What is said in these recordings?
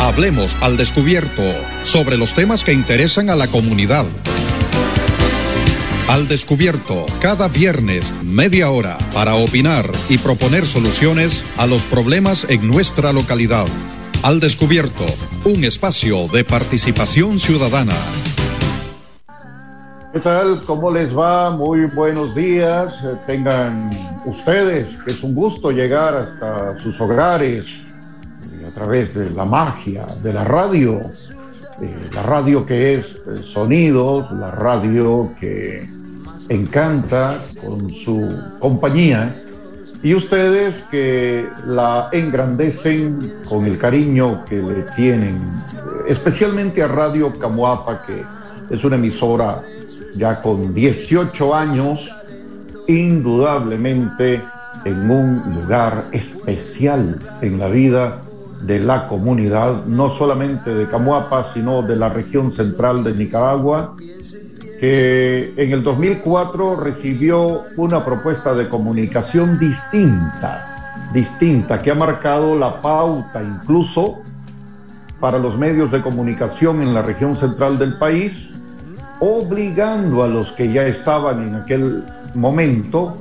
Hablemos al descubierto sobre los temas que interesan a la comunidad. Al descubierto, cada viernes, media hora, para opinar y proponer soluciones a los problemas en nuestra localidad. Al descubierto, un espacio de participación ciudadana. ¿Qué tal? ¿Cómo les va? Muy buenos días. Tengan ustedes, que es un gusto llegar hasta sus hogares a través de la magia de la radio que es sonidos, la radio que encanta con su compañía, y ustedes que la engrandecen con el cariño que le tienen, especialmente a Radio Camuapa, que es una emisora ya con 18 años, indudablemente en un lugar especial en la vida de la comunidad, no solamente de Camuapa, sino de la región central de Nicaragua, que en el 2004 recibió una propuesta de comunicación distinta, que ha marcado la pauta incluso para los medios de comunicación en la región central del país, obligando a los que ya estaban en aquel momento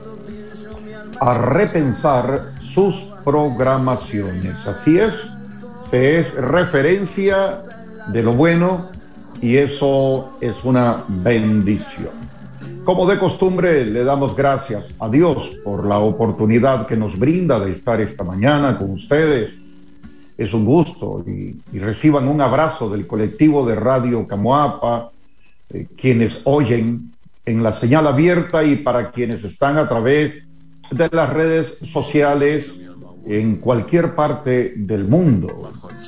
a repensar sus programaciones. Así es, se es referencia de lo bueno y eso es una bendición. Como de costumbre, le damos gracias a Dios por la oportunidad que nos brinda de estar esta mañana con ustedes. Es un gusto y reciban un abrazo del colectivo de Radio Camuapa, quienes oyen en la señal abierta y para quienes están a través de las redes sociales en cualquier parte del mundo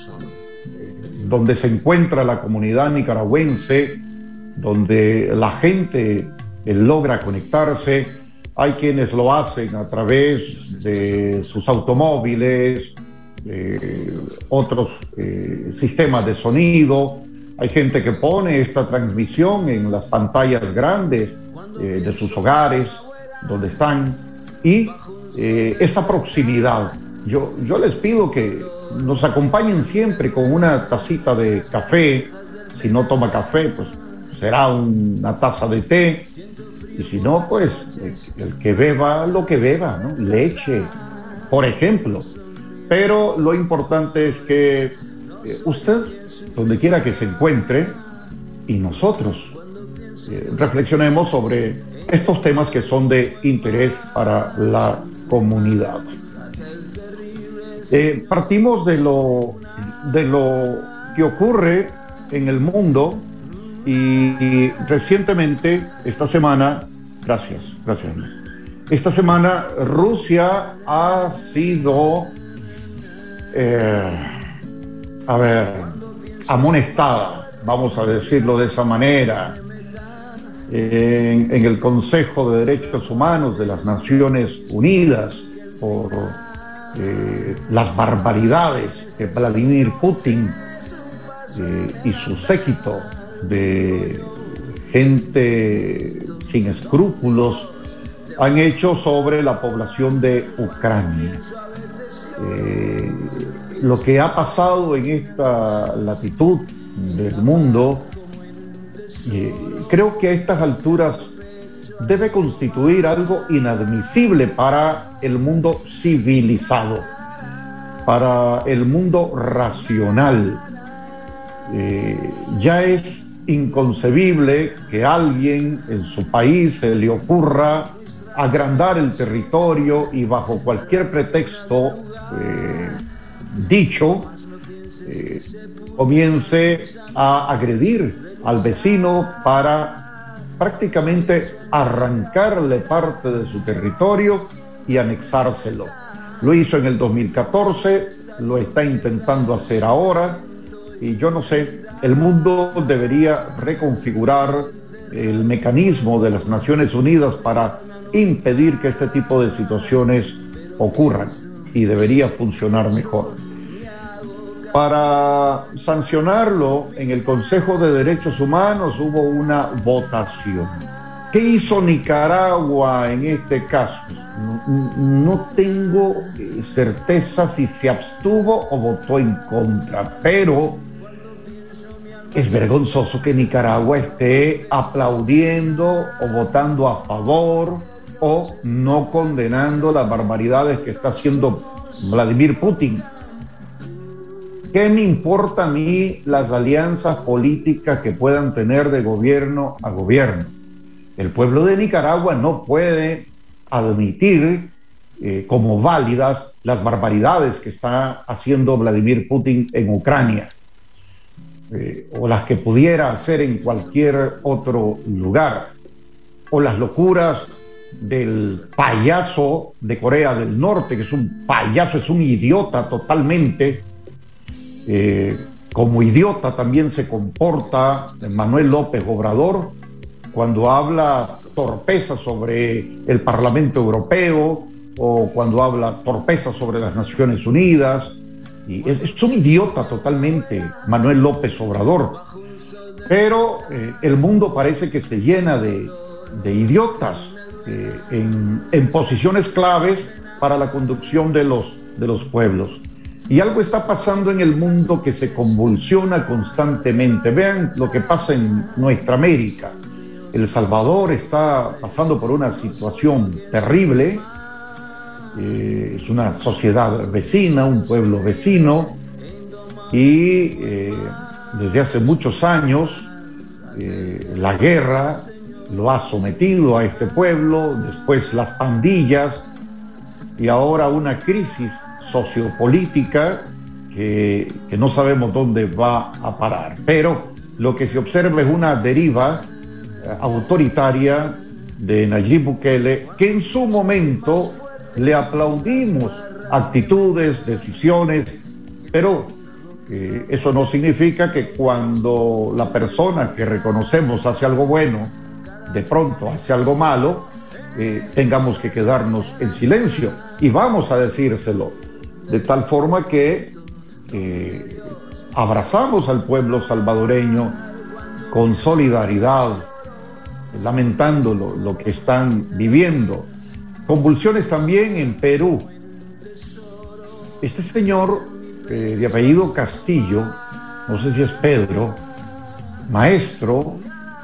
donde se encuentra la comunidad nicaragüense, donde la gente logra conectarse. Hay quienes lo hacen a través de sus automóviles, otros sistemas de sonido. Hay gente que pone esta transmisión en las pantallas grandes de sus hogares, donde están, y esa proximidad. Yo les pido que nos acompañen siempre con una tacita de café. Si no toma café, pues será una taza de té, y si no, pues el que beba lo que beba, ¿no? Leche, por ejemplo. Pero lo importante es que usted, donde quiera que se encuentre, y nosotros reflexionemos sobre estos temas que son de interés para la comunidad. Partimos de lo que ocurre en el mundo y recientemente, esta semana, gracias. Esta semana Rusia ha sido, amonestada, vamos a decirlo de esa manera, en el Consejo de Derechos Humanos de las Naciones Unidas por las barbaridades que Vladimir Putin y su séquito de gente sin escrúpulos han hecho sobre la población de Ucrania. Lo que ha pasado en esta latitud del mundo, creo que a estas alturas debe constituir algo inadmisible para el mundo civilizado, para el mundo racional. Ya es inconcebible que a alguien en su país se le ocurra agrandar el territorio y bajo cualquier pretexto comience a agredir al vecino para prácticamente arrancarle parte de su territorio y anexárselo. Lo hizo en el 2014, lo está intentando hacer ahora, y yo no sé, el mundo debería reconfigurar el mecanismo de las Naciones Unidas para impedir que este tipo de situaciones ocurran, y debería funcionar mejor. Para sancionarlo, en el Consejo de Derechos Humanos hubo una votación ¿Qué hizo Nicaragua en este caso? No tengo certeza si se abstuvo o votó en contra, pero es vergonzoso que Nicaragua esté aplaudiendo o votando a favor o no condenando las barbaridades que está haciendo Vladimir Putin. ¿Qué me importa a mí las alianzas políticas que puedan tener de gobierno a gobierno? El pueblo de Nicaragua no puede admitir como válidas las barbaridades que está haciendo Vladimir Putin en Ucrania, o las que pudiera hacer en cualquier otro lugar, o las locuras del payaso de Corea del Norte, que es un payaso, es un idiota totalmente. Como idiota también se comporta Manuel López Obrador cuando habla torpeza sobre el Parlamento Europeo o cuando habla torpeza sobre las Naciones Unidas. Y es un idiota totalmente Manuel López Obrador. Pero el mundo parece que se llena de idiotas en posiciones claves para la conducción de los pueblos. Y algo está pasando en el mundo que se convulsiona constantemente. Vean lo que pasa en nuestra América. El Salvador está pasando por una situación terrible. Es una sociedad vecina, un pueblo vecino, y desde hace muchos años la guerra lo ha sometido a este pueblo, después las pandillas y ahora una crisis sociopolítica que no sabemos dónde va a parar. Pero lo que se observa es una deriva autoritaria de Nayib Bukele, que en su momento le aplaudimos actitudes, decisiones, pero eso no significa que cuando la persona que reconocemos hace algo bueno, de pronto hace algo malo, tengamos que quedarnos en silencio, y vamos a decírselo, de tal forma que abrazamos al pueblo salvadoreño con solidaridad, lamentando lo que están viviendo. Convulsiones también en Perú. Este señor de apellido Castillo, no sé si es Pedro, maestro,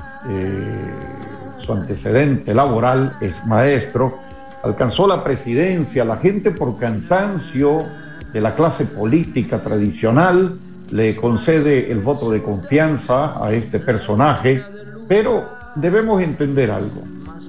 su antecedente laboral es maestro, alcanzó la presidencia. La gente, por cansancio de la clase política tradicional, le concede el voto de confianza a este personaje, pero debemos entender algo.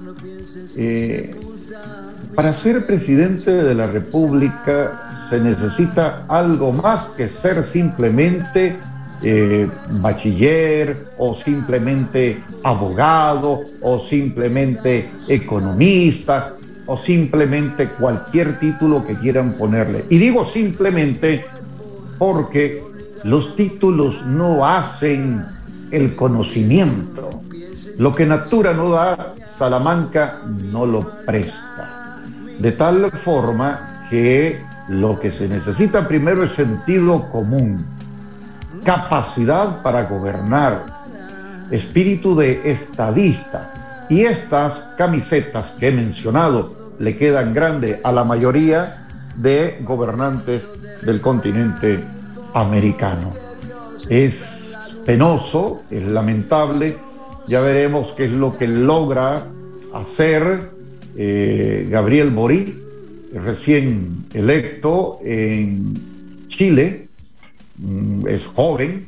Para ser presidente de la República se necesita algo más que ser simplemente bachiller o simplemente abogado o simplemente economista o simplemente cualquier título que quieran ponerle. Y digo simplemente porque los títulos no hacen el conocimiento. Lo que Natura no da, Salamanca no lo presta. De tal forma que lo que se necesita primero es sentido común, capacidad para gobernar, espíritu de estadista. Y estas camisetas que he mencionado le quedan grande a la mayoría de gobernantes del continente americano. Es penoso, es lamentable. Ya veremos qué es lo que logra hacer Gabriel Boric, recién electo en Chile. Es joven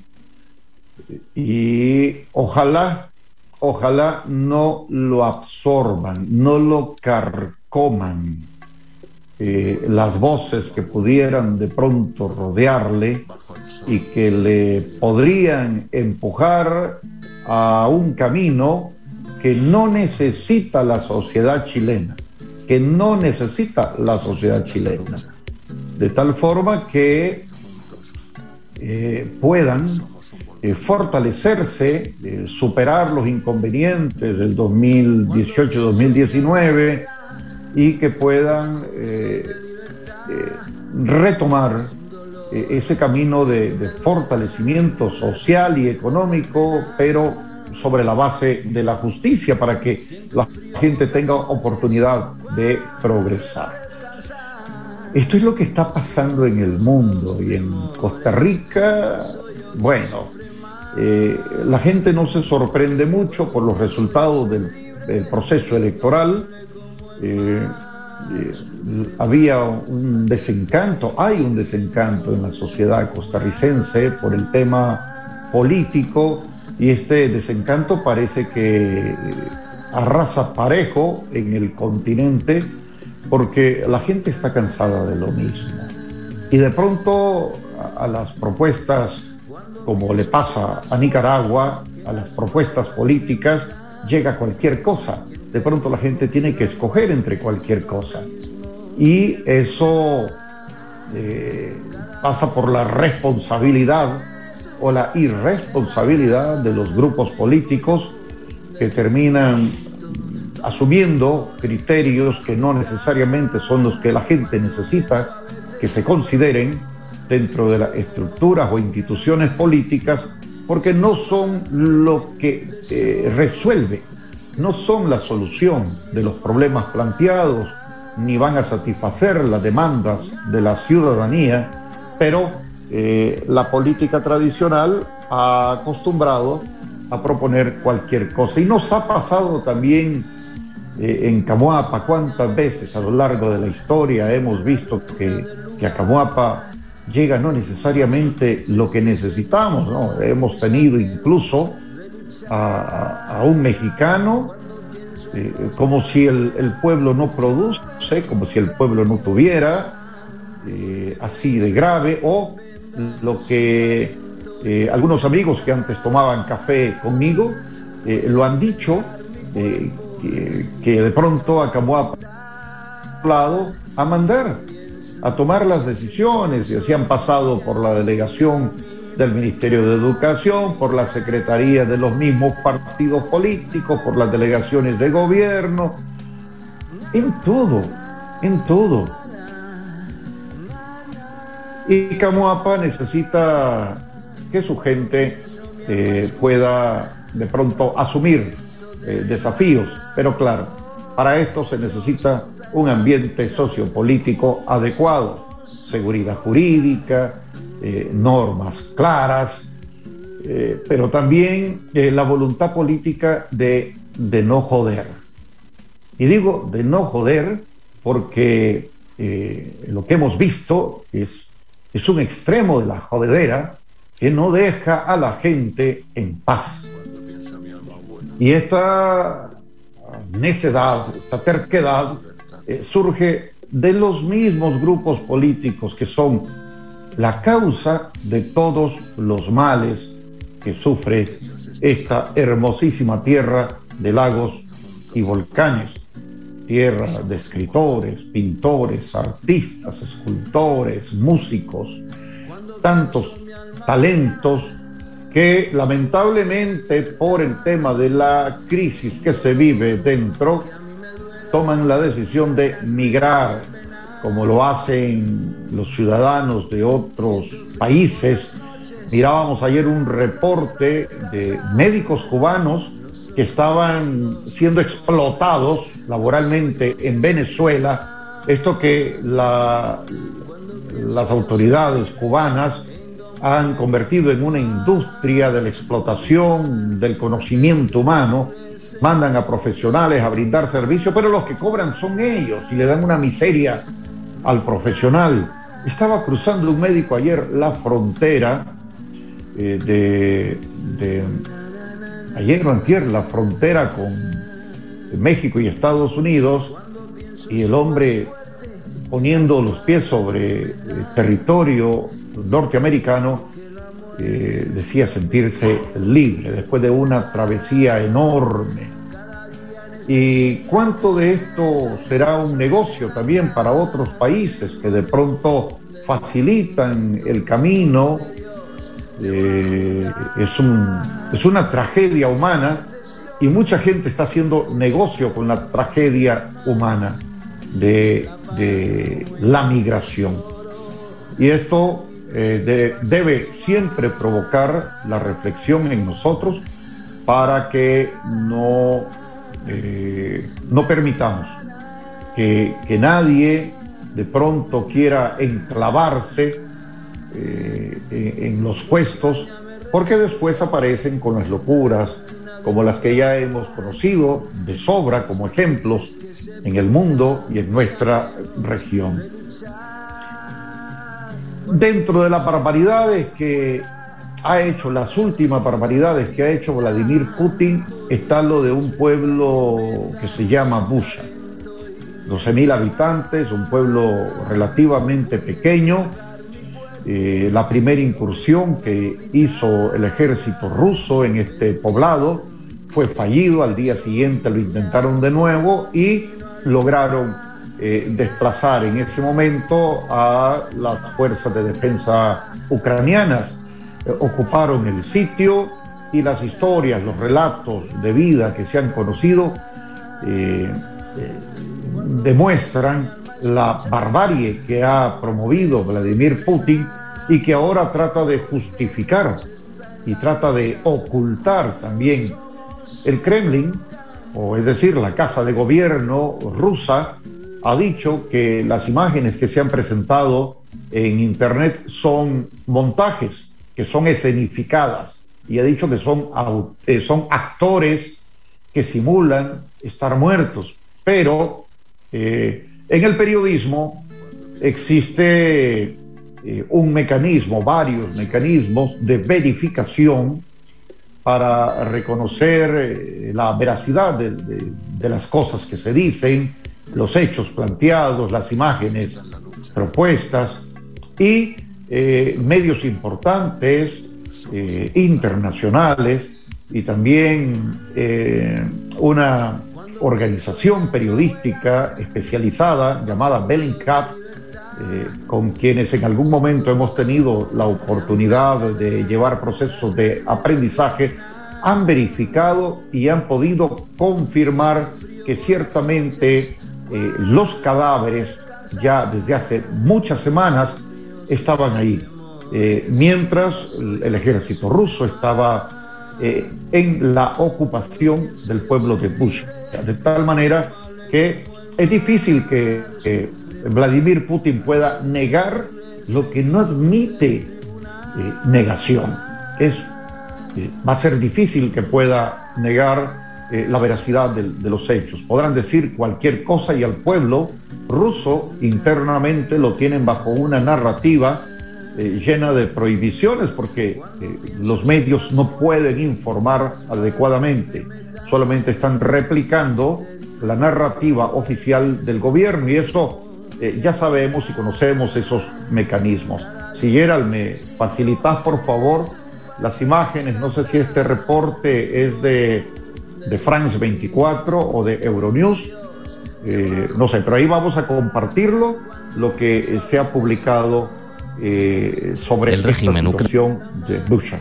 y ojalá no lo absorban, no lo carcoman las voces que pudieran de pronto rodearle y que le podrían empujar a un camino que no necesita la sociedad chilena, de tal forma que puedan fortalecerse, superar los inconvenientes del 2018-2019 y que puedan retomar ese camino de fortalecimiento social y económico, pero sobre la base de la justicia para que la gente tenga oportunidad de progresar. Esto es lo que está pasando en el mundo y en Costa Rica. Bueno, la gente no se sorprende mucho por los resultados del proceso electoral. Había un desencanto, hay un desencanto en la sociedad costarricense por el tema político, y este desencanto parece que arrasa parejo en el continente, porque la gente está cansada de lo mismo. Y de pronto a las propuestas, como le pasa a Nicaragua, a las propuestas políticas, llega cualquier cosa. De pronto la gente tiene que escoger entre cualquier cosa. Y eso pasa por la responsabilidad o la irresponsabilidad de los grupos políticos, que terminan asumiendo criterios que no necesariamente son los que la gente necesita que se consideren dentro de las estructuras o instituciones políticas, porque no son lo que resuelve, no son la solución de los problemas planteados, ni van a satisfacer las demandas de la ciudadanía, pero la política tradicional ha acostumbrado a proponer cualquier cosa. Y nos ha pasado también en Camuapa. ¿Cuántas veces a lo largo de la historia hemos visto que a Camuapa llega no necesariamente lo que necesitamos, ¿no? Hemos tenido incluso a un mexicano como si el pueblo no produce, como si el pueblo no tuviera, así de grave. O lo que algunos amigos que antes tomaban café conmigo lo han dicho, que de pronto a Camuapa a mandar a tomar las decisiones, y así han pasado por la delegación del Ministerio de Educación, por la secretaría de los mismos partidos políticos, por las delegaciones de gobierno, en todo. Y Camuapa necesita que su gente pueda de pronto asumir desafíos, pero claro, para esto se necesita un ambiente sociopolítico adecuado, seguridad jurídica, normas claras, pero también la voluntad política de no joder. Y digo de no joder porque lo que hemos visto es un extremo de la jodedera que no deja a la gente en paz. Y esta necedad, esta terquedad, surge de los mismos grupos políticos que son la causa de todos los males que sufre esta hermosísima tierra de lagos y volcanes, tierra de escritores, pintores, artistas, escultores, músicos, tantos talentos que lamentablemente por el tema de la crisis que se vive dentro, toman la decisión de migrar, como lo hacen los ciudadanos de otros países. Mirábamos ayer un reporte de médicos cubanos que estaban siendo explotados laboralmente en Venezuela. Esto que las autoridades cubanas han convertido en una industria de la explotación del conocimiento humano. Mandan a profesionales a brindar servicio, pero los que cobran son ellos y le dan una miseria al profesional. Estaba cruzando un médico ayer la frontera ayer o antier, la frontera con México y Estados Unidos, y el hombre poniendo los pies sobre territorio norteamericano, decía sentirse libre después de una travesía enorme. ¿Y cuánto de esto será un negocio también para otros países que de pronto facilitan el camino? Es una tragedia humana, y mucha gente está haciendo negocio con la tragedia humana de la migración. Y esto debe siempre provocar la reflexión en nosotros para que no permitamos que nadie de pronto quiera enclavarse en los puestos, porque después aparecen con las locuras como las que ya hemos conocido de sobra como ejemplos en el mundo y en nuestra región. Dentro de las barbaridades que ha hecho, las últimas barbaridades que ha hecho Vladimir Putin, está lo de un pueblo que se llama Bucha. 12.000 habitantes, un pueblo relativamente pequeño. La primera incursión que hizo el ejército ruso en este poblado fue fallido. Al día siguiente lo intentaron de nuevo y lograron desplazar en ese momento a las fuerzas de defensa ucranianas. Ocuparon el sitio y las historias, los relatos de vida que se han conocido demuestran la barbarie que ha promovido Vladimir Putin y que ahora trata de justificar y trata de ocultar también. El Kremlin, o es decir, la Casa de Gobierno rusa, ha dicho que las imágenes que se han presentado en Internet son montajes, que son escenificadas, y ha dicho que son actores que simulan estar muertos. Pero en el periodismo existe un mecanismo, varios mecanismos de verificación para reconocer la veracidad de las cosas que se dicen, los hechos planteados, las imágenes propuestas, y medios importantes, internacionales, y también una organización periodística especializada llamada Bellingcat, con quienes en algún momento hemos tenido la oportunidad de llevar procesos de aprendizaje, han verificado y han podido confirmar que ciertamente los cadáveres ya desde hace muchas semanas estaban ahí, mientras el ejército ruso estaba en la ocupación del pueblo de Bucha, de tal manera que es difícil que Vladimir Putin pueda negar lo que no admite negación. Va a ser difícil que pueda negar la veracidad de los hechos. Podrán decir cualquier cosa y al pueblo ruso internamente lo tienen bajo una narrativa llena de prohibiciones, porque los medios no pueden informar adecuadamente, solamente están replicando la narrativa oficial del gobierno, y eso ya sabemos y conocemos esos mecanismos. Si Gerald, me facilitas por favor las imágenes. No sé si este reporte es de France 24 o de Euronews, no sé, pero ahí vamos a compartirlo, lo que se ha publicado sobre el régimen esta situación de Bucha.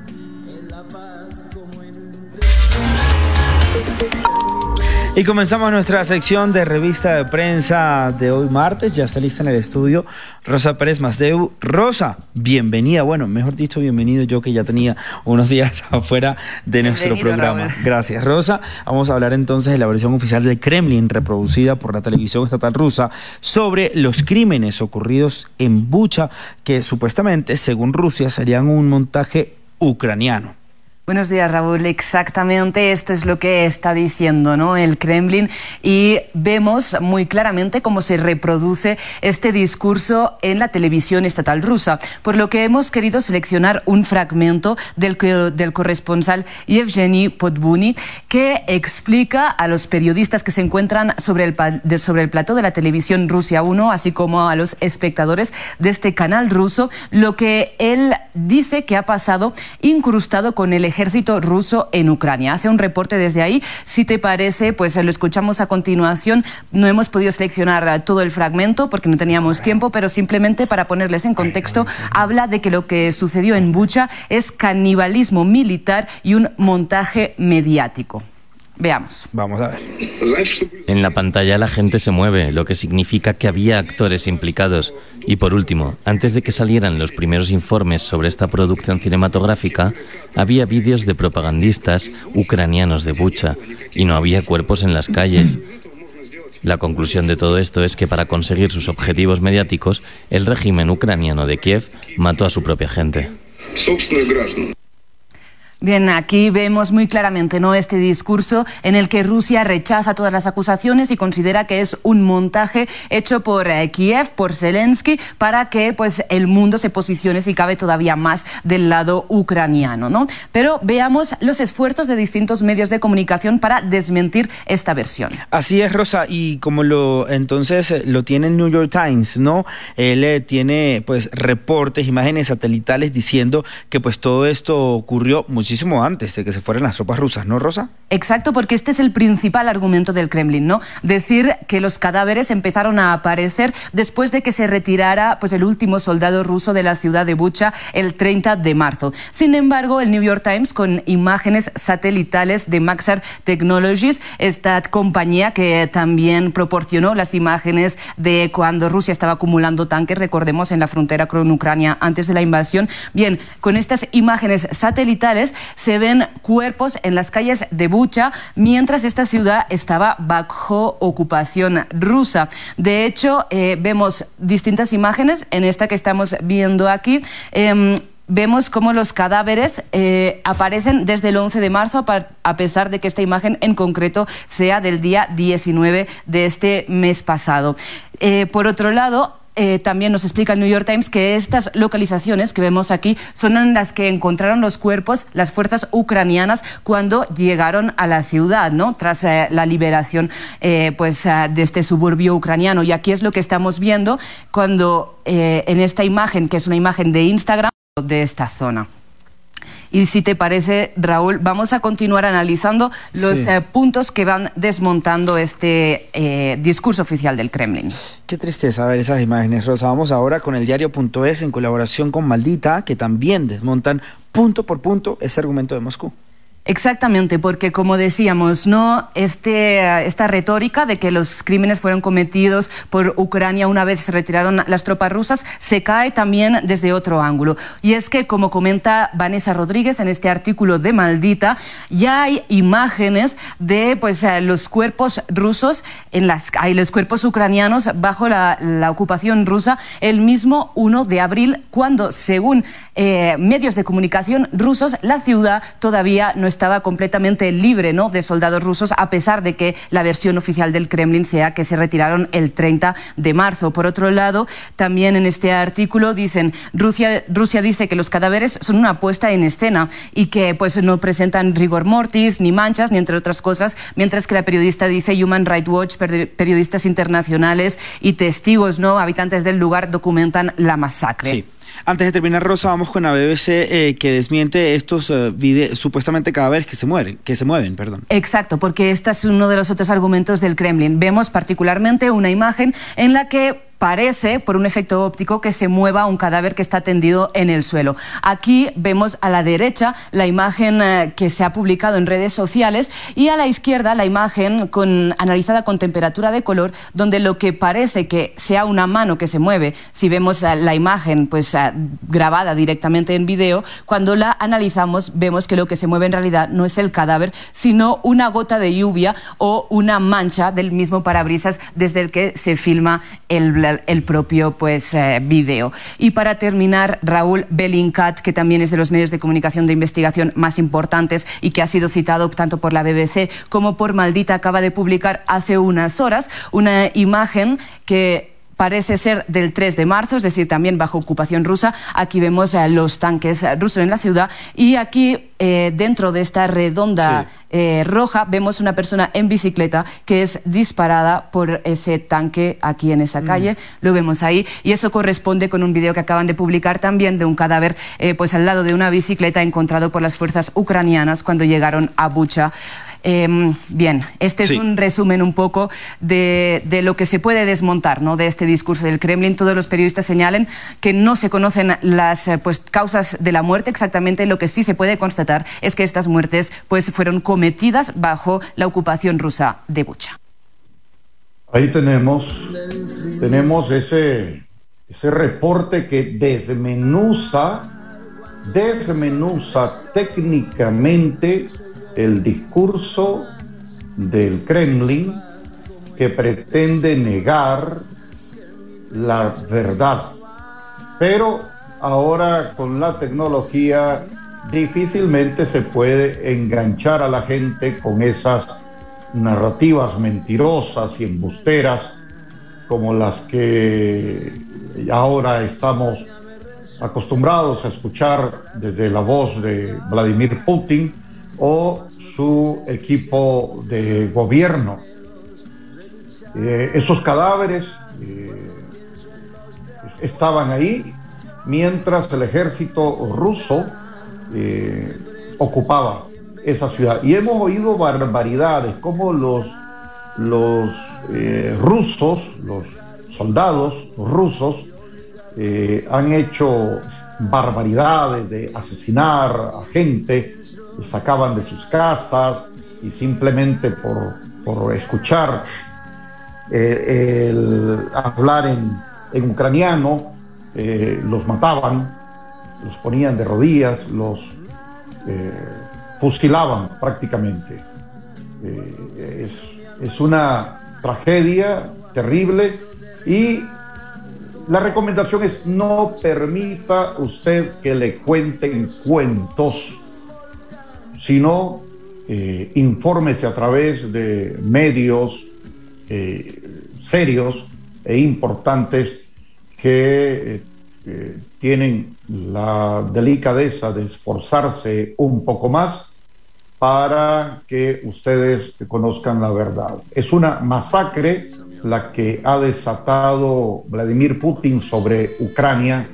Y comenzamos nuestra sección de revista de prensa de hoy martes. Ya está lista en el estudio Rosa Pérez Masdeu. Rosa, bienvenida. Bueno, mejor dicho, bienvenido yo, que ya tenía unos días afuera de nuestro programa. Raúl. Gracias, Rosa. Vamos a hablar entonces de la versión oficial del Kremlin, reproducida por la televisión estatal rusa, sobre los crímenes ocurridos en Bucha, que supuestamente, según Rusia, serían un montaje ucraniano. Buenos días, Raúl. Exactamente esto es lo que está diciendo, ¿no?, el Kremlin, y vemos muy claramente cómo se reproduce este discurso en la televisión estatal rusa, por lo que hemos querido seleccionar un fragmento del corresponsal Yevgeny Podbuny, que explica a los periodistas que se encuentran sobre el plató de la televisión Rusia 1, así como a los espectadores de este canal ruso, lo que él dice que ha pasado incrustado con el ejército ruso en Ucrania. Hace un reporte desde ahí. Si te parece, pues lo escuchamos a continuación. No hemos podido seleccionar todo el fragmento porque no teníamos tiempo, pero simplemente para ponerles en contexto, habla de que lo que sucedió en Bucha es canibalismo militar y un montaje mediático. Veamos. Vamos a ver. En la pantalla la gente se mueve, lo que significa que había actores implicados. Y por último, antes de que salieran los primeros informes sobre esta producción cinematográfica, había vídeos de propagandistas ucranianos de Bucha y no había cuerpos en las calles. La conclusión de todo esto es que para conseguir sus objetivos mediáticos, el régimen ucraniano de Kiev mató a su propia gente. Bien, aquí vemos muy claramente, ¿no?, este discurso en el que Rusia rechaza todas las acusaciones y considera que es un montaje hecho por Kiev, por Zelensky, para que pues el mundo se posicione, si cabe, todavía más del lado ucraniano, ¿no? Pero veamos los esfuerzos de distintos medios de comunicación para desmentir esta versión. Así es, Rosa, y como lo tiene el New York Times, ¿no? Él tiene pues reportes, imágenes satelitales diciendo que pues todo esto ocurrió muchísimo antes de que se fueran las tropas rusas, ¿no, Rosa? Exacto, porque este es el principal argumento del Kremlin, ¿no? Decir que los cadáveres empezaron a aparecer después de que se retirara pues el último soldado ruso de la ciudad de Bucha el 30 de marzo. Sin embargo, el New York Times, con imágenes satelitales de Maxar Technologies, esta compañía que también proporcionó las imágenes de cuando Rusia estaba acumulando tanques, recordemos, en la frontera con Ucrania antes de la invasión. Bien, con estas imágenes satelitales se ven cuerpos en las calles de Bucha mientras esta ciudad estaba bajo ocupación rusa. De hecho, vemos distintas imágenes. En esta que estamos viendo aquí, vemos cómo los cadáveres aparecen desde el 11 de marzo, a pesar de que esta imagen en concreto sea del día 19 de este mes pasado. Por otro lado, también nos explica el New York Times que estas localizaciones que vemos aquí son en las que encontraron los cuerpos las fuerzas ucranianas cuando llegaron a la ciudad, ¿no?, tras la liberación de este suburbio ucraniano. Y aquí es lo que estamos viendo cuando en esta imagen, que es una imagen de Instagram de esta zona. Y si te parece, Raúl, vamos a continuar analizando los puntos que van desmontando este discurso oficial del Kremlin. Qué tristeza ver esas imágenes, Rosa. Vamos ahora con el diario.es en colaboración con Maldita, que también desmontan punto por punto ese argumento de Moscú. Exactamente, porque como decíamos, ¿no?, esta retórica de que los crímenes fueron cometidos por Ucrania una vez se retiraron las tropas rusas se cae también desde otro ángulo. Y es que, como comenta Vanessa Rodríguez en este artículo de Maldita, ya hay imágenes de los cuerpos rusos, hay los cuerpos ucranianos bajo la ocupación rusa el mismo 1 de abril, cuando, según medios de comunicación rusos, la ciudad todavía no estaba completamente libre, ¿no?, de soldados rusos, a pesar de que la versión oficial del Kremlin sea que se retiraron el 30 de marzo. Por otro lado, también en este artículo dicen, Rusia dice que los cadáveres son una puesta en escena y que pues no presentan rigor mortis, ni manchas, ni entre otras cosas, mientras que la periodista dice Human Rights Watch, periodistas internacionales y testigos, ¿no?, habitantes del lugar, documentan la masacre. Sí. Antes de terminar, Rosa, vamos con la BBC que desmiente estos supuestamente cadáveres que se mueven. Exacto, porque este es uno de los otros argumentos del Kremlin. Vemos particularmente una imagen en la que parece, por un efecto óptico, que se mueva un cadáver que está tendido en el suelo. Aquí vemos a la derecha la imagen que se ha publicado en redes sociales y a la izquierda la imagen analizada con temperatura de color, donde lo que parece que sea una mano que se mueve, si vemos la imagen grabada directamente en vídeo, cuando la analizamos vemos que lo que se mueve en realidad no es el cadáver, sino una gota de lluvia o una mancha del mismo parabrisas desde el que se filma el propio vídeo. Y para terminar, Raúl, Bellingcat, que también es de los medios de comunicación de investigación más importantes y que ha sido citado tanto por la BBC como por Maldita, acaba de publicar hace unas horas una imagen que parece ser del 3 de marzo, es decir, también bajo ocupación rusa. Aquí vemos los tanques rusos en la ciudad y aquí dentro de esta redonda roja vemos una persona en bicicleta que es disparada por ese tanque aquí en esa calle. Lo vemos ahí y eso corresponde con un video que acaban de publicar también de un cadáver al lado de una bicicleta encontrado por las fuerzas ucranianas cuando llegaron a Bucha Bien, este es un resumen un poco de lo que se puede desmontar, ¿no?, de este discurso del Kremlin. Todos los periodistas señalan que no se conocen las causas de la muerte exactamente. Lo que sí se puede constatar es que estas muertes fueron cometidas bajo la ocupación rusa de Bucha. Ahí tenemos ese reporte que desmenuza técnicamente el discurso del Kremlin, que pretende negar la verdad. Pero ahora con la tecnología difícilmente se puede enganchar a la gente con esas narrativas mentirosas y embusteras como las que ahora estamos acostumbrados a escuchar desde la voz de Vladimir Putin o su equipo de gobierno. Esos cadáveres estaban ahí mientras el ejército ruso ocupaba esa ciudad. Y hemos oído barbaridades, como los rusos, los soldados rusos, han hecho barbaridades de asesinar a gente, les sacaban de sus casas y simplemente por escuchar el hablar en ucraniano, los mataban, los ponían de rodillas, los fusilaban prácticamente. Es una tragedia terrible, y la recomendación es: no permita usted que le cuenten cuentos, sino infórmese a través de medios serios e importantes que tienen la delicadeza de esforzarse un poco más para que ustedes conozcan la verdad. Es una masacre la que ha desatado Vladimir Putin sobre Ucrania,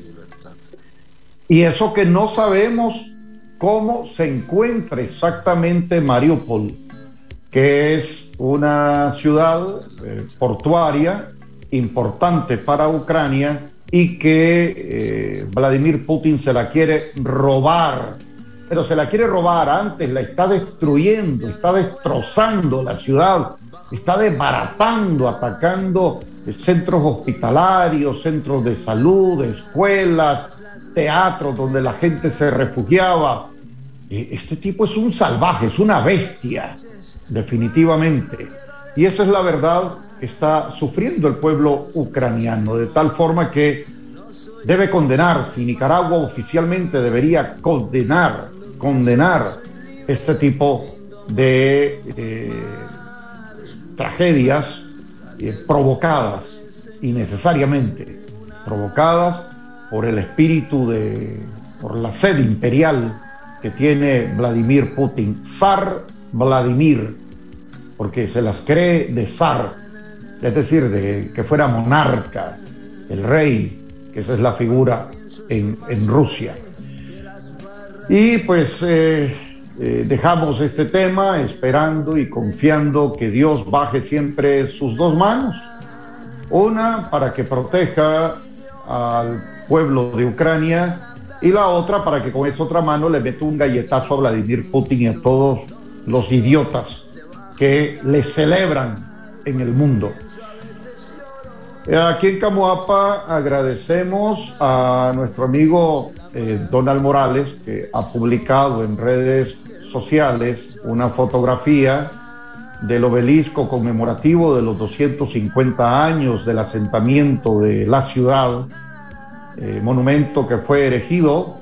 y eso que no sabemos cómo se encuentra exactamente Mariupol, que es una ciudad portuaria importante para Ucrania, y que Vladimir Putin se la quiere robar, pero se la quiere robar antes, la está destruyendo, está destrozando la ciudad, está desbaratando, atacando centros hospitalarios, centros de salud, escuelas, teatros donde la gente se refugiaba. Este tipo es un salvaje, es una bestia, definitivamente. Y esa es la verdad que está sufriendo el pueblo ucraniano, de tal forma que debe condenarse, y Nicaragua oficialmente debería condenar este tipo de tragedias provocadas innecesariamente, provocadas por el espíritu por la sed imperial que tiene Vladimir Putin, Zar Vladimir, porque se las cree de zar, es decir, de que fuera monarca, el rey, que esa es la figura en Rusia. Y pues dejamos este tema esperando y confiando que Dios baje siempre sus dos manos, una para que proteja al pueblo de Ucrania, y la otra para que con esa otra mano le meta un galletazo a Vladimir Putin y a todos los idiotas que le celebran en el mundo. Aquí en Camoapa agradecemos a nuestro amigo Donald Morales, que ha publicado en redes sociales una fotografía del obelisco conmemorativo de los 250 años del asentamiento de la ciudad, monumento que fue erigido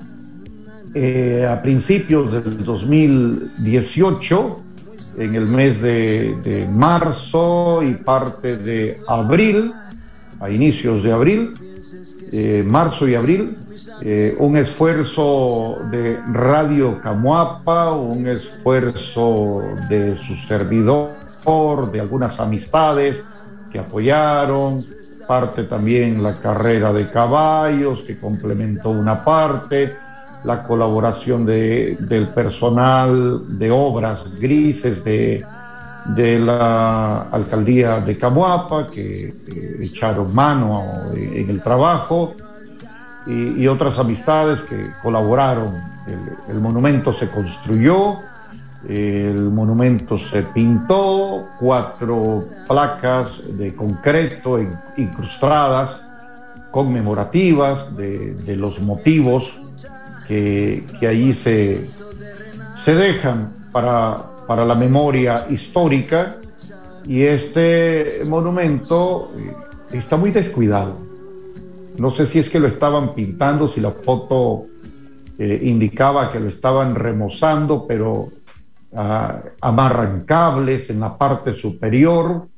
a principios del 2018, en el mes de marzo y parte de abril, a inicios de abril, marzo y abril, un esfuerzo de Radio Camoapa, un esfuerzo de su servidor, de algunas amistades que apoyaron, parte también la carrera de caballos que complementó una parte, la colaboración del personal de obras grises de la alcaldía de Camuapa, que echaron mano en el trabajo, y otras amistades que colaboraron. El monumento se construyó, el monumento se pintó, 4 placas de concreto incrustadas, conmemorativas de los motivos que allí se dejan para la memoria histórica, y este monumento está muy descuidado. No sé si es que lo estaban pintando, si la foto indicaba que lo estaban remozando, pero amarran cables en la parte superior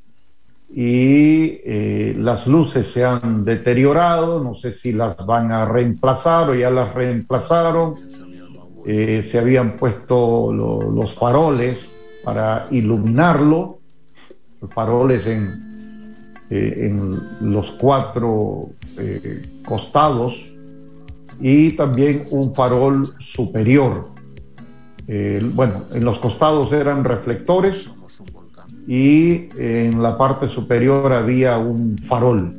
y las luces se han deteriorado. No sé si las van a reemplazar o ya las reemplazaron. Se habían puesto los faroles para iluminarlo, los faroles en los 4 costados, y también un farol superior. Bueno, en los costados eran reflectores y en la parte superior había un farol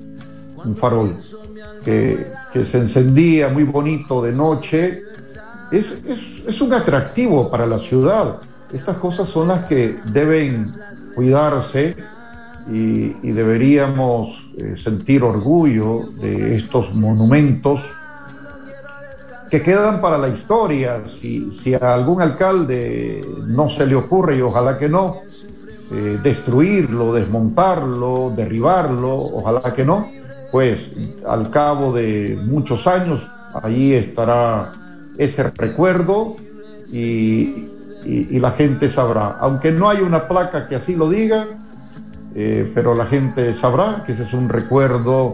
que se encendía muy bonito de noche. Es un atractivo para la ciudad. Estas cosas son las que deben cuidarse, y deberíamos sentir orgullo de estos monumentos que quedan para la historia. Si a algún alcalde no se le ocurre, y ojalá que no, destruirlo, desmontarlo, derribarlo, ojalá que no, pues al cabo de muchos años allí estará ese recuerdo, y la gente sabrá, aunque no hay una placa que así lo diga, pero la gente sabrá que ese es un recuerdo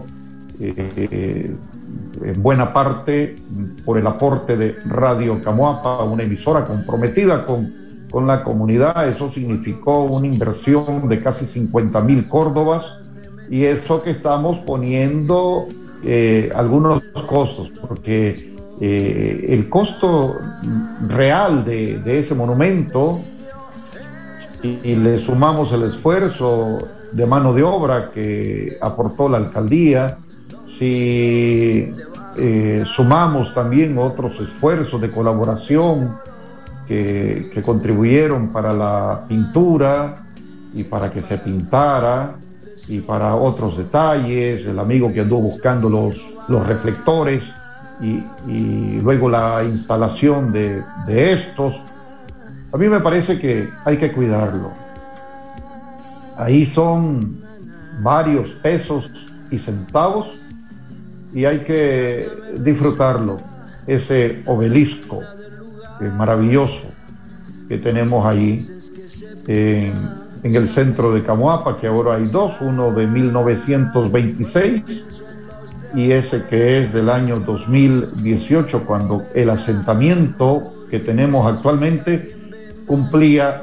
en buena parte por el aporte de Radio Camuapa, una emisora comprometida con la comunidad. Eso significó una inversión de casi 50.000 córdobas, y eso que estamos poniendo algunos costos, porque el costo real de ese monumento, y le sumamos el esfuerzo de mano de obra que aportó la alcaldía, si sumamos también otros esfuerzos de colaboración que contribuyeron para la pintura y para que se pintara, y para otros detalles, el amigo que anduvo buscando los reflectores, y luego la instalación de estos, a mí me parece que hay que cuidarlo. Ahí son varios pesos y centavos, y hay que disfrutarlo. Ese obelisco maravilloso que tenemos ahí en el centro de Camuapa, que ahora hay 2, uno de 1926 y ese que es del año 2018, cuando el asentamiento que tenemos actualmente cumplía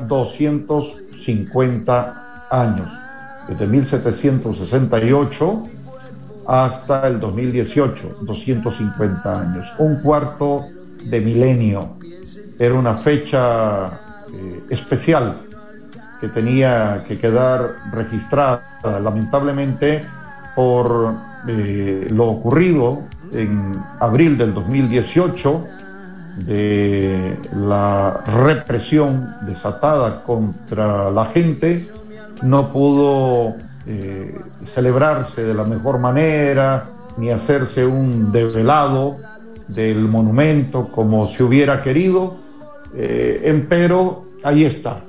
250 años, desde 1768 hasta el 2018, 250 años, un cuarto de milenio. Era una fecha especial que tenía que quedar registrada, lamentablemente, por lo ocurrido en abril del 2018, de la represión desatada contra la gente. No pudo celebrarse de la mejor manera, ni hacerse un develado del monumento como se hubiera querido, empero ahí está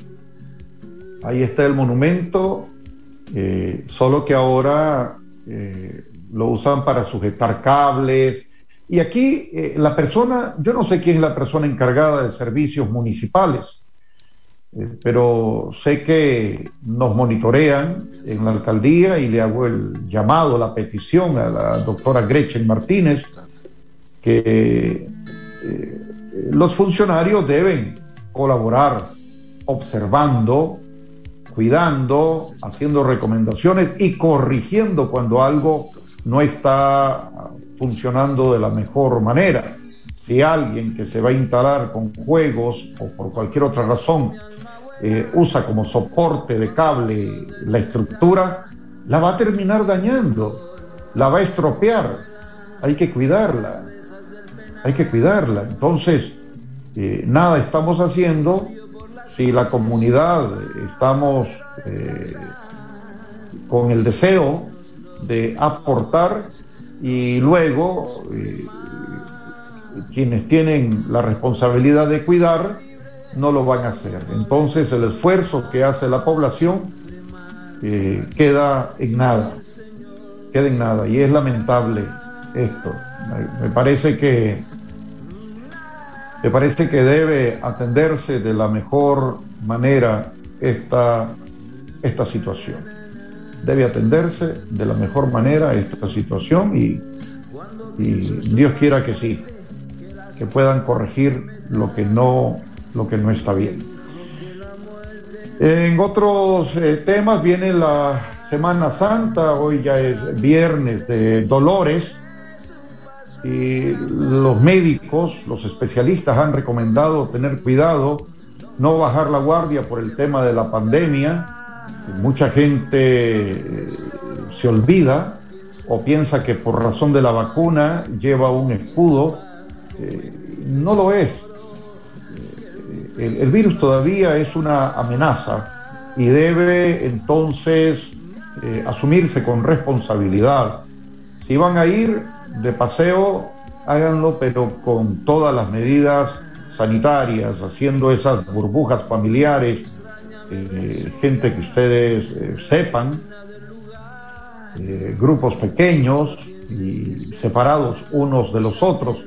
el monumento, solo que ahora lo usan para sujetar cables. Y aquí la persona, yo no sé quién es la persona encargada de servicios municipales, pero sé que nos monitorean en la alcaldía, y le hago el llamado, la petición a la doctora Gretchen Martínez, que los funcionarios deben colaborar observando, cuidando, haciendo recomendaciones y corrigiendo cuando algo no está funcionando de la mejor manera. si alguien que se va a instalar con juegos o por cualquier otra razón usa como soporte de cable la estructura, la va a terminar dañando, la va a estropear. Hay que cuidarla. Entonces, nada estamos haciendo si la comunidad estamos con el deseo de aportar y luego quienes tienen la responsabilidad de cuidar no lo van a hacer. Entonces el esfuerzo que hace la población queda en nada y es lamentable esto. Me parece que debe atenderse de la mejor manera esta situación. Debe atenderse de la mejor manera esta situación y Dios quiera que sí, que puedan corregir lo que no está bien. En otros temas viene la Semana Santa, hoy ya es viernes de Dolores y los médicos, los especialistas han recomendado tener cuidado, no bajar la guardia por el tema de la pandemia. Mucha gente se olvida o piensa que por razón de la vacuna lleva un escudo. No lo es. El virus todavía es una amenaza y debe entonces asumirse con responsabilidad. Si van a ir de paseo, háganlo, pero con todas las medidas sanitarias, haciendo esas burbujas familiares, gente que ustedes sepan, grupos pequeños y separados unos de los otros.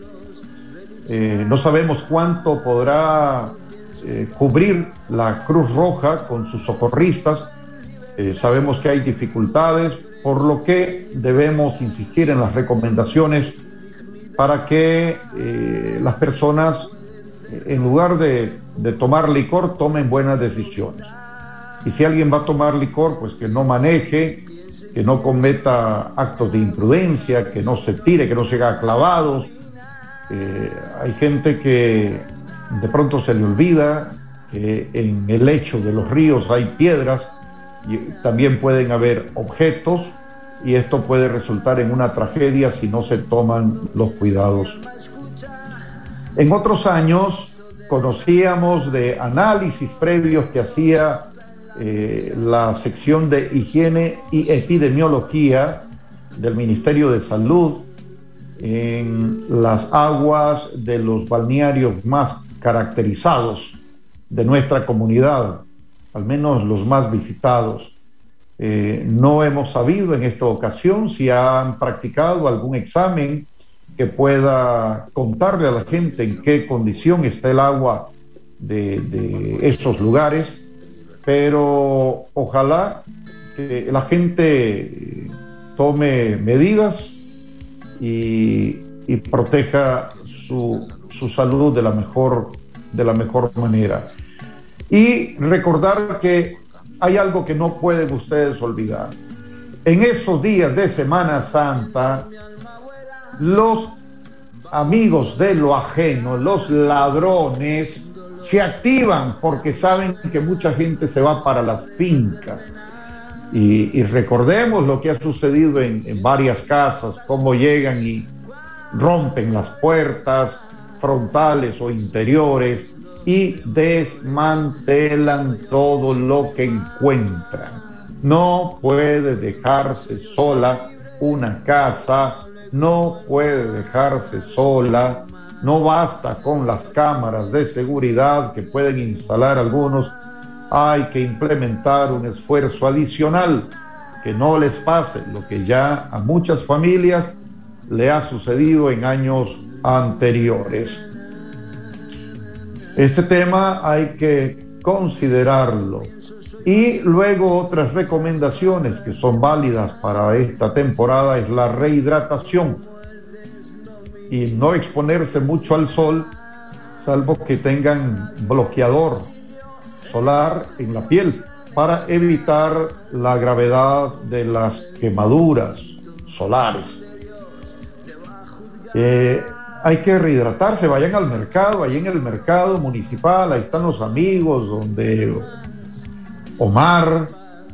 No sabemos cuánto podrá cubrir la Cruz Roja con sus socorristas. Sabemos que hay dificultades, por lo que debemos insistir en las recomendaciones para que las personas, en lugar de tomar licor, tomen buenas decisiones. Y si alguien va a tomar licor, pues que no maneje, que no cometa actos de imprudencia, que no se tire, que no se haga clavados. Hay gente que de pronto se le olvida que en el lecho de los ríos hay piedras y también pueden haber objetos y esto puede resultar en una tragedia si no se toman los cuidados. En otros años conocíamos de análisis previos que hacía la sección de higiene y epidemiología del Ministerio de Salud en las aguas de los balnearios más caracterizados de nuestra comunidad, al menos los más visitados. No hemos sabido en esta ocasión si han practicado algún examen que pueda contarle a la gente en qué condición está el agua de esos lugares, pero ojalá que la gente tome medidas y proteja su salud de la mejor manera. Y recordar que hay algo que no pueden ustedes olvidar. En esos días de Semana Santa, los amigos de lo ajeno, los ladrones, se activan porque saben que mucha gente se va para las fincas. Y recordemos lo que ha sucedido en varias casas, cómo llegan y rompen las puertas frontales o interiores y desmantelan todo lo que encuentran. No puede dejarse sola una casa, no puede dejarse sola, no basta con las cámaras de seguridad que pueden instalar algunos. Hay que implementar un esfuerzo adicional, que no les pase lo que ya a muchas familias le ha sucedido en años anteriores. Este tema hay que considerarlo. Y luego otras recomendaciones que son válidas para esta temporada es la rehidratación y no exponerse mucho al sol, salvo que tengan bloqueador solar en la piel para evitar la gravedad de las quemaduras solares. hay que rehidratarse, vayan al mercado, ahí en el mercado municipal, ahí están los amigos, donde Omar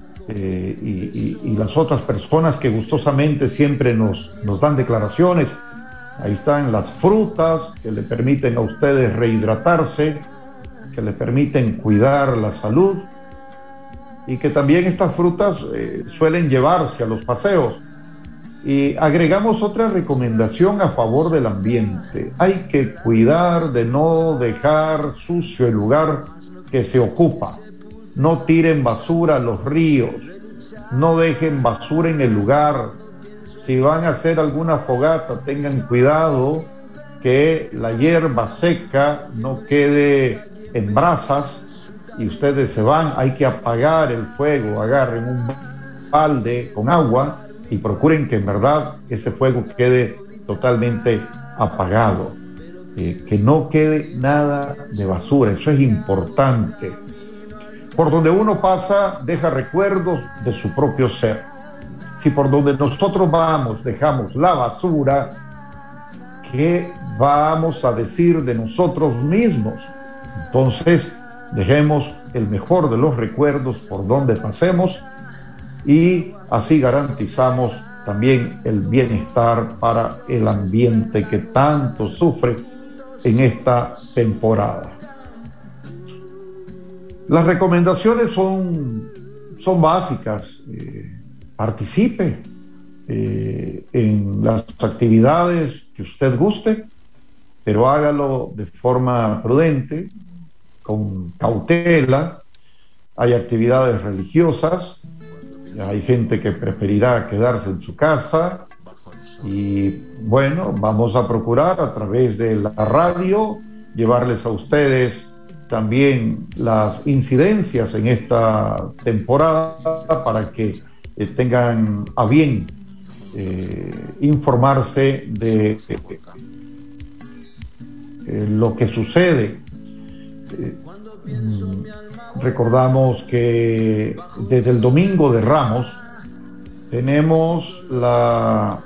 y las otras personas que gustosamente siempre nos dan declaraciones. Ahí están las frutas que le permiten a ustedes rehidratarse, que le permiten cuidar la salud, y que también estas frutas suelen llevarse a los paseos. Y agregamos otra recomendación a favor del ambiente. Hay que cuidar de no dejar sucio el lugar que se ocupa. No tiren basura a los ríos, no dejen basura en el lugar. Si van a hacer alguna fogata, tengan cuidado que la hierba seca no quede en brasas y ustedes se van. Hay que apagar el fuego, agarren un balde con agua y procuren que en verdad ese fuego quede totalmente apagado, que no quede nada de basura. Eso es importante. Por donde uno pasa deja recuerdos de su propio ser. Si por donde nosotros vamos dejamos la basura, ¿qué vamos a decir de nosotros mismos? Entonces dejemos el mejor de los recuerdos por donde pasemos, y así garantizamos también el bienestar para el ambiente que tanto sufre en esta temporada. Las recomendaciones son básicas. Participe en las actividades que usted guste, pero hágalo de forma prudente, con cautela. Hay actividades religiosas, hay gente que preferirá quedarse en su casa, y bueno, vamos a procurar a través de la radio llevarles a ustedes también las incidencias en esta temporada para que tengan a bien informarse de lo que sucede. Recordamos que desde el Domingo de Ramos tenemos la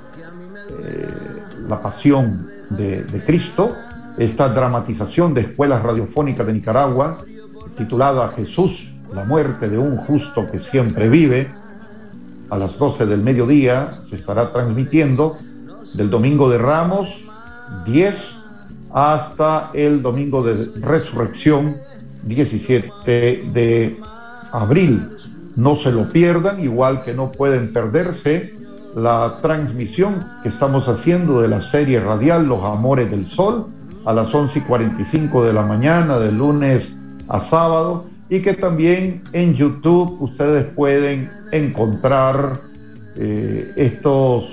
Pasión de Cristo, esta dramatización de Escuelas Radiofónicas de Nicaragua, titulada Jesús, la muerte de un justo que siempre vive. A las 12 del mediodía se estará transmitiendo del Domingo de Ramos 10 hasta el Domingo de Resurrección 17 de abril. No se lo pierdan, igual que no pueden perderse la transmisión que estamos haciendo de la serie radial Los Amores del Sol a las 11:45 de la mañana, de lunes a sábado, y que también en YouTube ustedes pueden encontrar estos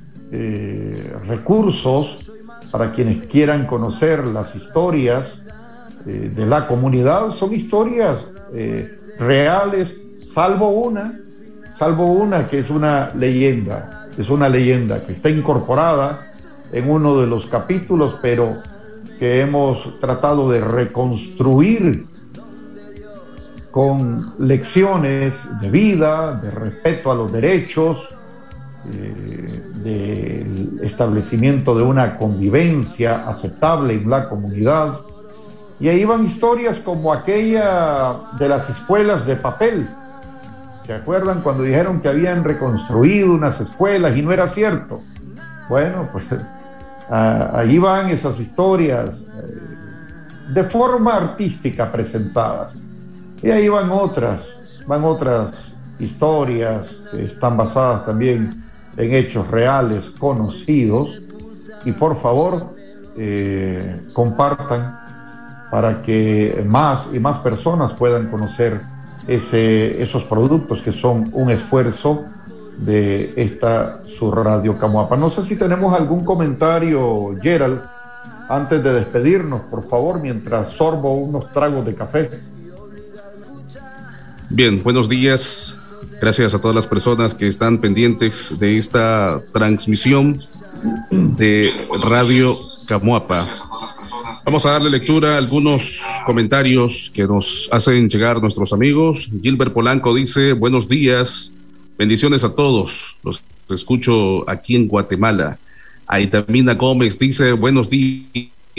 recursos para quienes quieran conocer las historias de la comunidad. Son historias reales, salvo una que es una leyenda que está incorporada en uno de los capítulos, pero que hemos tratado de reconstruir con lecciones de vida, de respeto a los derechos, del establecimiento de una convivencia aceptable en la comunidad. Y ahí van historias como aquella de las escuelas de papel. ¿Se acuerdan cuando dijeron que habían reconstruido unas escuelas y no era cierto? Bueno, pues ahí van esas historias de forma artística presentadas. Y ahí van otras historias que están basadas también en hechos reales conocidos. Y por favor, compartan para que más y más personas puedan conocer esos productos que son un esfuerzo de esta su Radio Camuapa. No sé si tenemos algún comentario, Gerald, antes de despedirnos, por favor, mientras sorbo unos tragos de café. Bien, buenos días. Gracias a todas las personas que están pendientes de esta transmisión de Radio Camuapa. Vamos a darle lectura a algunos comentarios que nos hacen llegar nuestros amigos. Gilbert Polanco dice: buenos días, bendiciones a todos. Los escucho aquí en Guatemala. Aitamina Gómez dice, buenos días.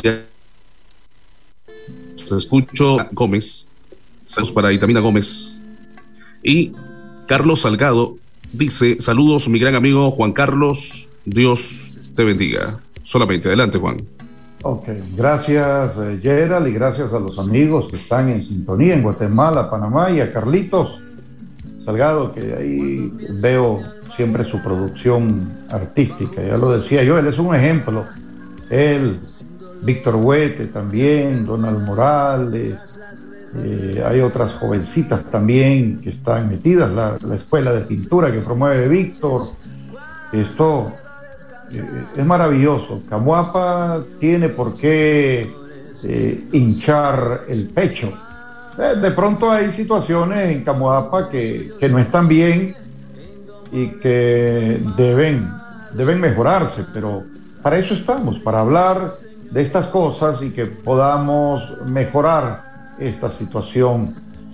Escucho Gómez. Saludos para Aitamina Gómez. Y Carlos Salgado dice, saludos mi gran amigo Juan Carlos, Dios te bendiga. Solamente, adelante Juan. Ok, gracias Gerald, y gracias a los amigos que están en sintonía en Guatemala, Panamá, y a Carlitos Salgado, que ahí veo siempre su producción artística. Ya lo decía yo, él es un ejemplo. Él, Víctor Huete también, Donald Morales, hay otras jovencitas también que están metidas, la escuela de pintura que promueve Víctor. Esto es maravilloso. Camuapa tiene por qué hinchar el pecho. De pronto hay situaciones en Camuapa que no están bien y que deben mejorarse, pero para eso estamos, para hablar de estas cosas y que podamos mejorar esta situación,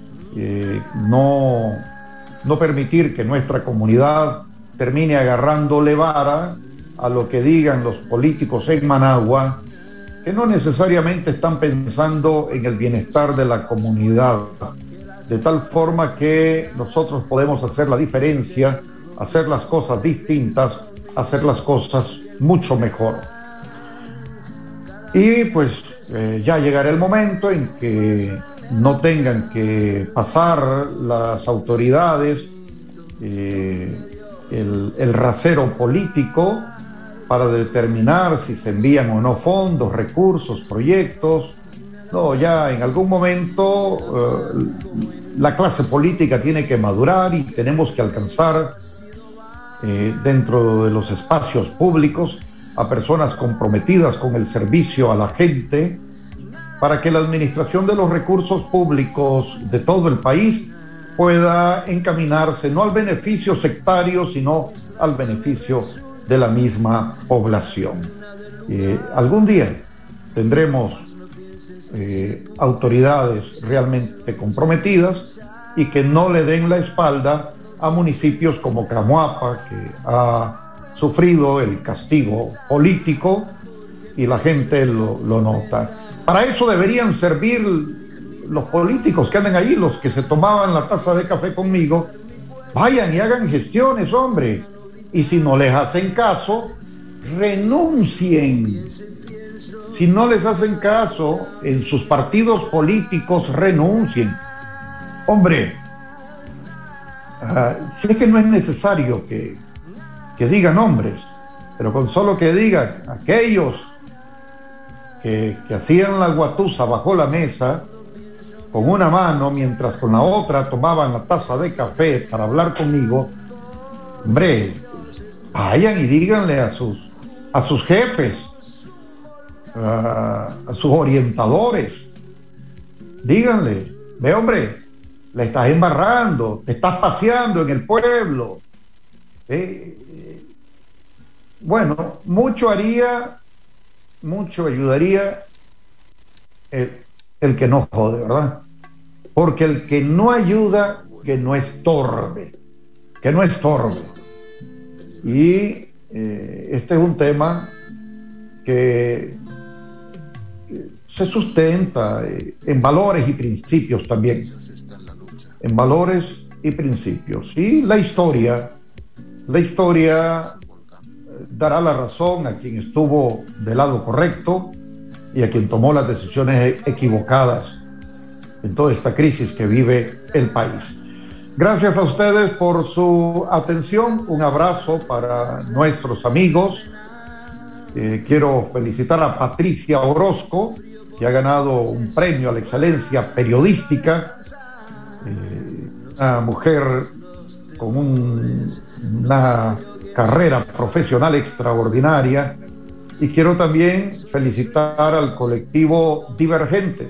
no permitir que nuestra comunidad termine agarrándole vara a lo que digan los políticos en Managua, que no necesariamente están pensando en el bienestar de la comunidad, de tal forma que nosotros podemos hacer la diferencia, hacer las cosas distintas, hacer las cosas mucho mejor. Y pues ya llegará el momento en que no tengan que pasar las autoridades el rasero político para determinar si se envían o no fondos, recursos, proyectos. No, ya en algún momento la clase política tiene que madurar y tenemos que alcanzar dentro de los espacios públicos a personas comprometidas con el servicio a la gente, para que la administración de los recursos públicos de todo el país pueda encaminarse no al beneficio sectario, sino al beneficio de la misma población. Algún día tendremos autoridades realmente comprometidas y que no le den la espalda a municipios como Camuapa, que ha sufrido el castigo político y la gente lo nota. Para eso deberían servir los políticos que andan ahí, los que se tomaban la taza de café conmigo. Vayan y hagan gestiones, hombre. Y si no les hacen caso, renuncien. Si no les hacen caso en sus partidos políticos, renuncien. Hombre, si es que no es necesario que digan nombres, pero con solo que digan aquellos que hacían la guatusa bajo la mesa con una mano mientras con la otra tomaban la taza de café para hablar conmigo, hombre, vayan y díganle a sus jefes, a sus orientadores, díganle, ve hombre, le estás embarrando, te estás paseando en el pueblo. Bueno, mucho ayudaría el que no jode, ¿verdad? Porque el que no ayuda, que no estorbe. Y este es un tema que se sustenta en valores y principios también. En valores y principios. Y la historia dará la razón a quien estuvo del lado correcto y a quien tomó las decisiones equivocadas en toda esta crisis que vive el país. Gracias a ustedes por su atención. Un abrazo para nuestros amigos. Quiero felicitar a Patricia Orozco, que ha ganado un premio a la excelencia periodística. Una mujer con una carrera profesional extraordinaria. Y quiero también felicitar al colectivo Divergentes,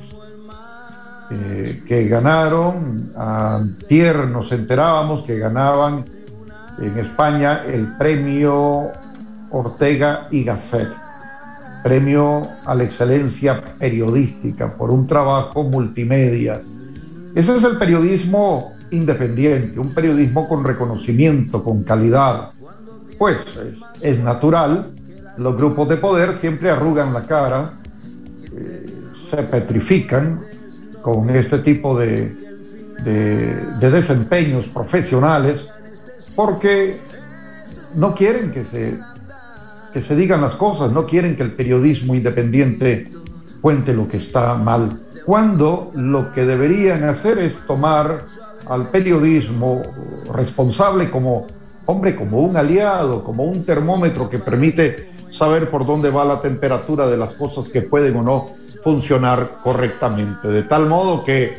que ganaron, antier nos enterábamos que ganaban en España el premio Ortega y Gasset, premio a la excelencia periodística por un trabajo multimedia. Ese es el periodismo independiente, un periodismo con reconocimiento, con calidad. Pues es natural los grupos de poder siempre arrugan la cara, se petrifican con este tipo de desempeños profesionales, porque no quieren que se digan las cosas, no quieren que el periodismo independiente cuente lo que está mal, cuando lo que deberían hacer es tomar al periodismo responsable como hombre, como un aliado, como un termómetro que permite saber por dónde va la temperatura de las cosas que pueden o no funcionar correctamente, de tal modo que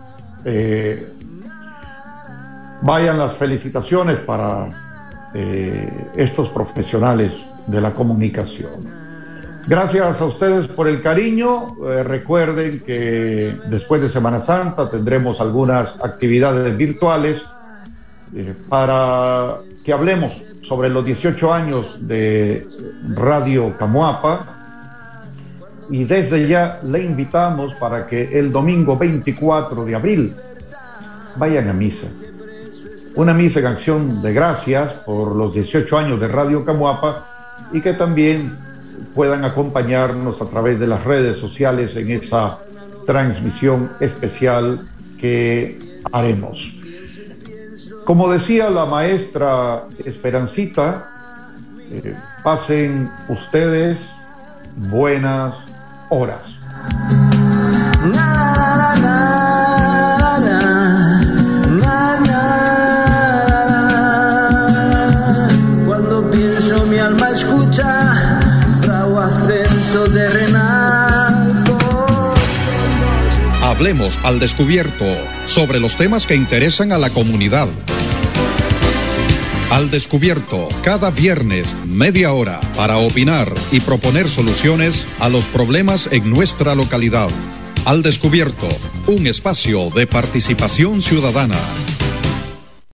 vayan las felicitaciones para estos profesionales de la comunicación. Gracias a ustedes por el cariño. Recuerden que después de Semana Santa tendremos algunas actividades virtuales para que hablemos sobre los 18 años de Radio Camuapa, y desde ya le invitamos para que el domingo 24 de abril vayan a misa. Una misa en acción de gracias por los 18 años de Radio Camuapa, y que también puedan acompañarnos a través de las redes sociales en esa transmisión especial que haremos. Como decía la maestra Esperancita, pasen ustedes buenas horas. Cuando pienso mi alma escucha bravo acento de Renato. Hablemos al descubierto sobre los temas que interesan a la comunidad. Al Descubierto, cada viernes, media hora, para opinar y proponer soluciones a los problemas en nuestra localidad. Al Descubierto, un espacio de participación ciudadana.